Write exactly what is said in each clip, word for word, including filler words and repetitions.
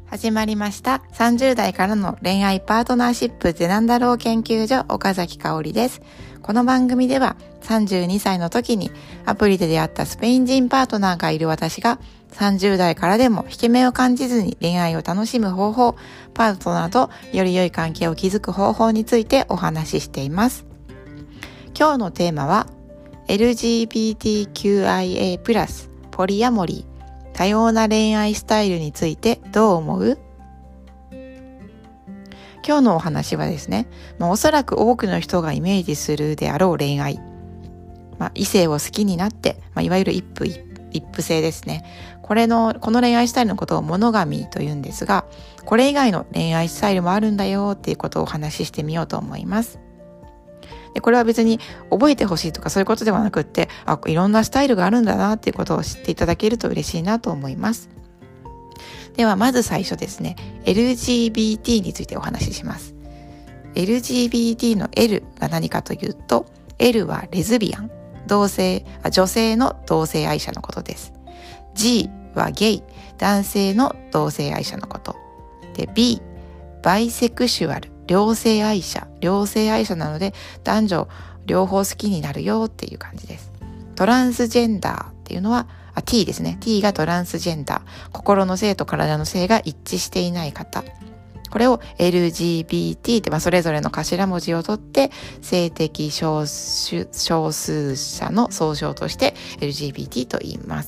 始まりましたさんじゅう代からの恋愛パートナーシップってなんだろう研究所、岡崎香織です。この番組ではさんじゅうにさいの時にアプリで出会ったスペイン人パートナーがいる私がさんじゅう代からでも引け目を感じずに恋愛を楽しむ方法、パートナーとより良い関係を築く方法についてお話ししています。今日のテーマは エルジービーティーキューアイエー プラスポリアモリー多様な恋愛スタイルについてどう思う？今日のお話はですね、まあ、おそらく多くの人がイメージするであろう恋愛、まあ、異性を好きになって、まあ、いわゆる一夫一夫制ですね。これのこの恋愛スタイルのことをモノガミというんですが、これ以外の恋愛スタイルもあるんだよっていうことをお話ししてみようと思います。でこれは別に覚えてほしいとかそういうことではなくって、あ、いろんなスタイルがあるんだなっていうことを知っていただけると嬉しいなと思います。ではまず最初ですね、エルジービーティー についてお話しします。エルジービーティー の L が何かというと、L はレズビアン、同性あ女性の同性愛者のことです。G はゲイ、男性の同性愛者のことで、B バイセクシュアル、両性愛者、両性愛者なので男女両方好きになるよっていう感じです。トランスジェンダーっていうのはあ T ですね。 T がトランスジェンダー、心の性と体の性が一致していない方、これを エルジービーティー って、まあ、それぞれの頭文字を取って性的少数、少数者の総称として エルジービーティー と言います。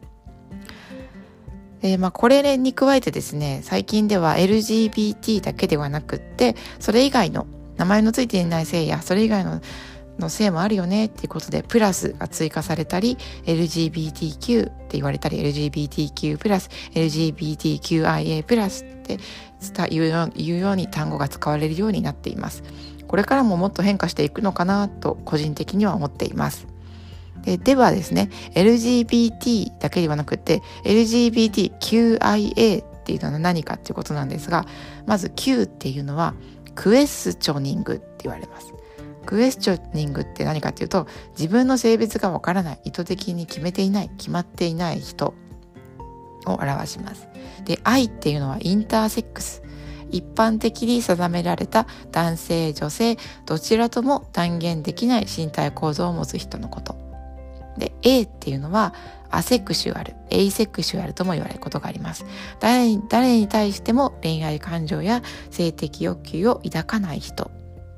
でまあ、これに加えてですね、最近では エルジービーティー だけではなくって、それ以外の名前のついていない性やそれ以外のの性もあるよねっていうことでプラスが追加されたり、 エルジービーティーキュー って言われたり、 エルジービーティーキュー プラス エルジービーティーキューアイエー プラスって言うよう、言うように単語が使われるようになっています。これからももっと変化していくのかなと個人的には思っています。で, ではですね、 エルジービーティー だけではなくて エルジービーティーキューアイエー っていうのは何かっていうことなんですが、まず Q っていうのはクエスチョニングって言われます。クエスチョニングって何かっていうと、自分の性別がわからない、意図的に決めていない、決まっていない人を表します。で I っていうのはインターセックス、一般的に定められた男性女性どちらとも断言できない身体構造を持つ人のことで、 A っていうのはアセクシュアル、エイセクシュアルとも言われることがあります。 誰, 誰に対しても恋愛感情や性的欲求を抱かない人。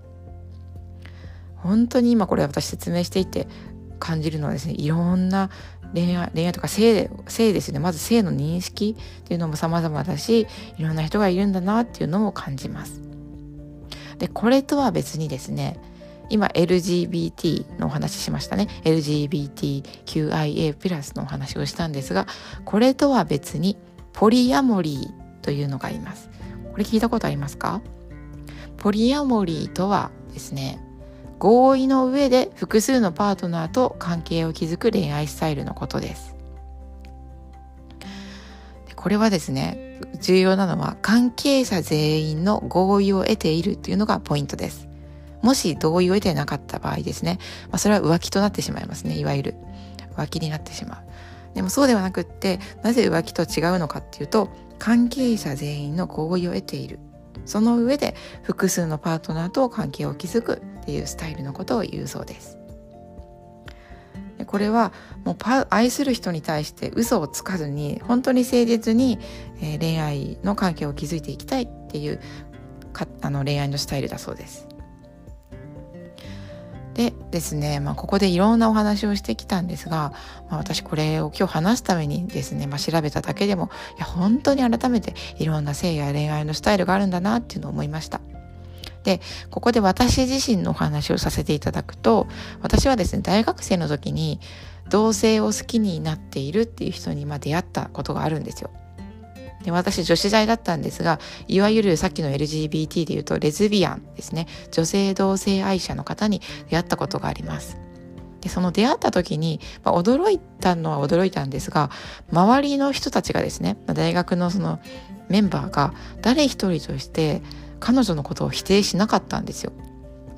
本当に今これ私説明していて感じるのはですね、いろんな恋愛、恋愛とか性、性ですね。まず性の認識っていうのも様々だし、いろんな人がいるんだなっていうのも感じます。で、これとは別にですね、今 エルジービーティー のお話ししましたね。エルジービーティーキューアイエー プラスのお話をしたんですが、これとは別にポリアモリーというのがあります。これ聞いたことありますか？ポリアモリーとはですね、合意の上で複数のパートナーと関係を築く恋愛スタイルのことです。これはですね、重要なのは関係者全員の合意を得ているというのがポイントです。もし同意を得てなかった場合ですね、まあ、それは浮気となってしまいますね。いわゆる浮気になってしまう。でもそうではなくって、なぜ浮気と違うのかっていうと、関係者全員の合意を得ている、その上で複数のパートナーと関係を築くっていうスタイルのことを言うそうです。でこれはもうパ愛する人に対して嘘をつかずに、本当に誠実に、えー、恋愛の関係を築いていきたいっていうかあの恋愛のスタイルだそうです。でですね、まあ、ここでいろんなお話をしてきたんですが、まあ、私これを今日話すためにですね、まあ、調べただけでもいや本当に改めていろんな性や恋愛のスタイルがあるんだなっていうのを思いました。でここで私自身のお話をさせていただくと、私はですね、大学生の時に同性を好きになっているっていう人にまあ出会ったことがあるんですよ。で私女子大だったんですが、いわゆるさっきの エルジービーティー でいうとレズビアンですね、女性同性愛者の方に出会ったことがあります。でその出会った時に、まあ、驚いたのは驚いたんですが、周りの人たちがですね、大学のそのメンバーが誰一人として彼女のことを否定しなかったんですよ。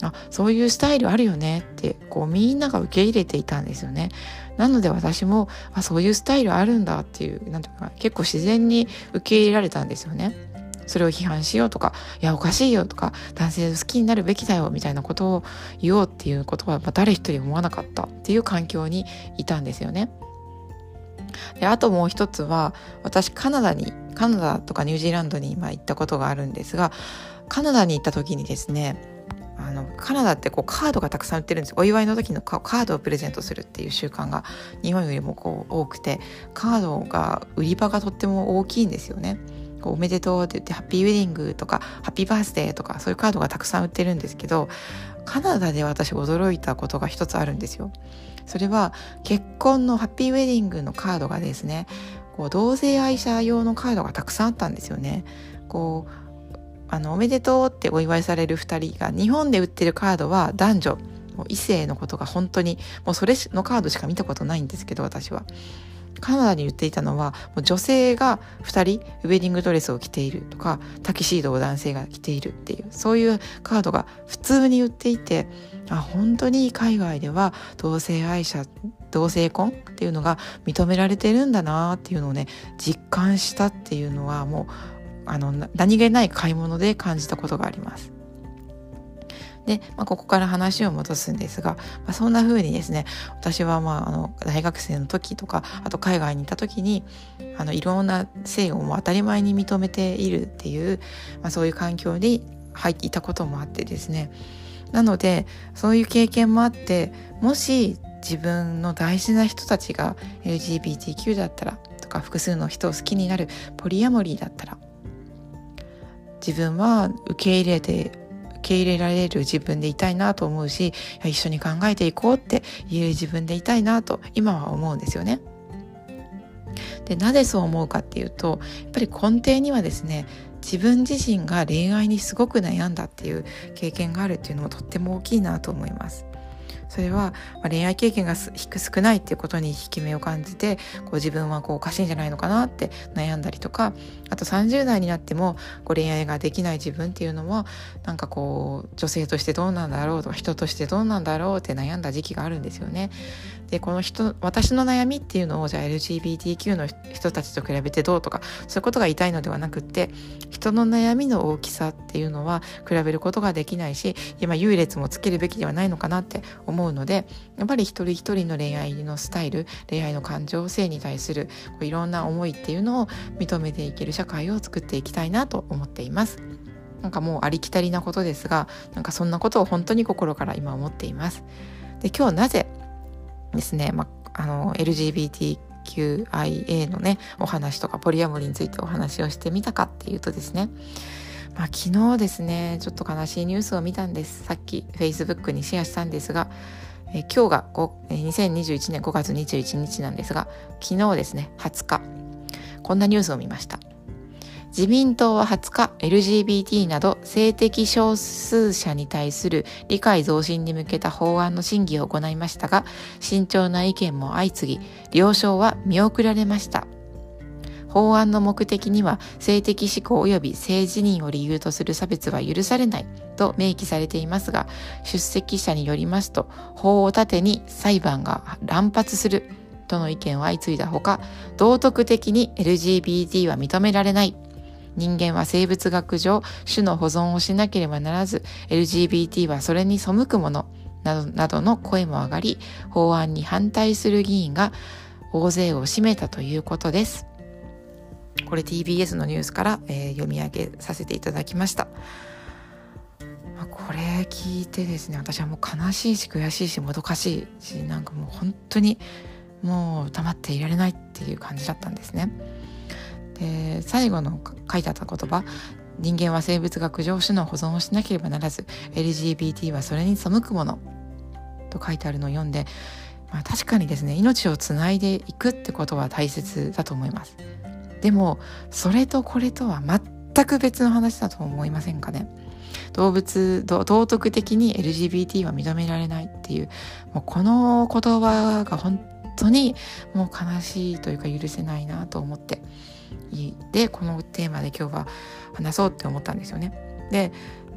あ、そういうスタイルあるよねってこうみんなが受け入れていたんですよね。なので私もあそういうスタイルあるんだっていうなんていうか結構自然に受け入れられたんですよね。それを批判しようとかいやおかしいよとか男性好きになるべきだよみたいなことを言おうっていうことは誰一人思わなかったっていう環境にいたんですよね。であともう一つは私カナダにカナダとかニュージーランドに今行ったことがあるんですが、カナダに行った時にですね、あのカナダってこうカードがたくさん売ってるんです。お祝いの時のカードをプレゼントするっていう習慣が日本よりもこう多くて、カードが売り場がとっても大きいんですよね。こうおめでとうって言ってハッピーウェディングとかハッピーバースデーとかそういうカードがたくさん売ってるんですけど、カナダで私驚いたことが一つあるんですよ。それは結婚のハッピーウェディングのカードがですね、こう同性愛者用のカードがたくさんあったんですよね。こうあのおめでとうってお祝いされるふたりが、日本で売ってるカードは男女もう異性のことが本当にもうそれのカードしか見たことないんですけど、私はカナダに売っていたのはもう女性がふたりウェディングドレスを着ているとかタキシードを男性が着ているっていうそういうカードが普通に売っていて、あ本当に海外では同性愛者同性婚っていうのが認められてるんだなっていうのをね実感したっていうのはもうあの何気ない買い物で感じたことがあります。で、まあ、ここから話を戻すんですが、まあ、そんな風にですね、私はまああの大学生の時とかあと海外にいた時にあのいろんな性をもう当たり前に認めているっていう、まあ、そういう環境に入っていたこともあってですね、なのでそういう経験もあって、もし自分の大事な人たちが エルジービーティーキュー だったらとか複数の人を好きになるポリアモリーだったら、自分は受け入れて受け入れられる自分でいたいなと思うし、一緒に考えていこうって言える自分でいたいなと今は思うんですよね。でなぜそう思うかっていうと、やっぱり根底にはですね、自分自身が恋愛にすごく悩んだっていう経験があるっていうのもとっても大きいなと思います。それは、まあ、恋愛経験が少ないっていうことに引き目を感じて、こう自分はこうおかしいんじゃないのかなって悩んだりとか、あとさんじゅう代になってもこう恋愛ができない自分っていうのもなんかこう女性としてどうなんだろうとか人としてどうなんだろうって悩んだ時期があるんですよね。でこの人私の悩みっていうのをじゃあ エルジービーティーキュー の人たちと比べてどうとかそういうことが言いたいのではなくって、人の悩みの大きさっていうのは比べることができないし、今優劣もつけるべきではないのかなって思うので、やっぱり一人一人の恋愛のスタイル、恋愛の感情性に対するこういろんな思いっていうのを認めていける社会を作っていきたいなと思っています。なんかもうありきたりなことですが、なんかそんなことを本当に心から今思っています。で今日なぜですね、まあ、あの エルジービーティーキューアイエー のねお話とかポリアモリーについてお話をしてみたかっていうとですね、まあ、昨日ですねちょっと悲しいニュースを見たんです。さっき Facebook にシェアしたんですが、え今日がにせんにじゅういちねんごがつにじゅういちにちなんですが、昨日ですねはつかこんなニュースを見ました。自民党ははつか エルジービーティー など性的少数者に対する理解増進に向けた法案の審議を行いましたが、慎重な意見も相次ぎ了承は見送られました。法案の目的には性的指向及び性自認を理由とする差別は許されないと明記されていますが、出席者によりますと法を盾に裁判が乱発するとの意見は相次いだほか、道徳的に エルジービーティー は認められない、人間は生物学上種の保存をしなければならず エルジービーティー はそれに背くものなどなどの声も上がり、法案に反対する議員が大勢を占めたということです。これ ティービーエス のニュースから、えー、読み上げさせていただきました。まあ、これ聞いてですね、私はもう悲しいし悔しいしもどかしいし、なんかもう本当にもう黙っていられないっていう感じだったんですね。で最後の書いてあった言葉、人間は生物学上種の保存をしなければならず エルジービーティー はそれに背くものと書いてあるのを読んで、まあ、確かにですね命をつないでいくってことは大切だと思います。でもそれとこれとは全く別の話だと思いませんかね。動物道徳的に エルジービーティー は認められないっていう、もうこの言葉が本当にもう悲しいというか許せないなと思って、でこのテーマで今日は話そうって思ったんですよね。で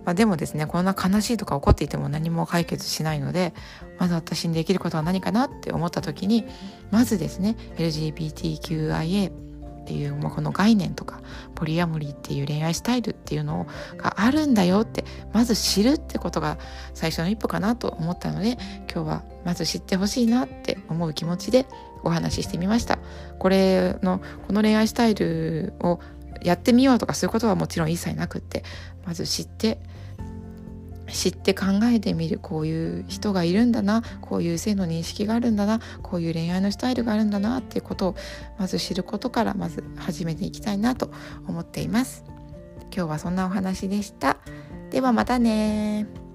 まあ、でもですね、こんな悲しいとか怒っていても何も解決しないので、まず私にできることは何かなって思った時に、まずですね エルジービーティーキューアイエー っていう、まあ、この概念とかポリアモリーっていう恋愛スタイルっていうのがあるんだよってまず知るってことが最初の一歩かなと思ったので、今日はまず知ってほしいなって思う気持ちでお話ししてみました。これのこの恋愛スタイルをやってみようとかそういうことはもちろん一切なくって、まず知って知って考えてみる。こういう人がいるんだな、こういう性の認識があるんだな、こういう恋愛のスタイルがあるんだなっていうことをまず知ることからまず始めていきたいなと思っています。今日はそんなお話でした。ではまたね。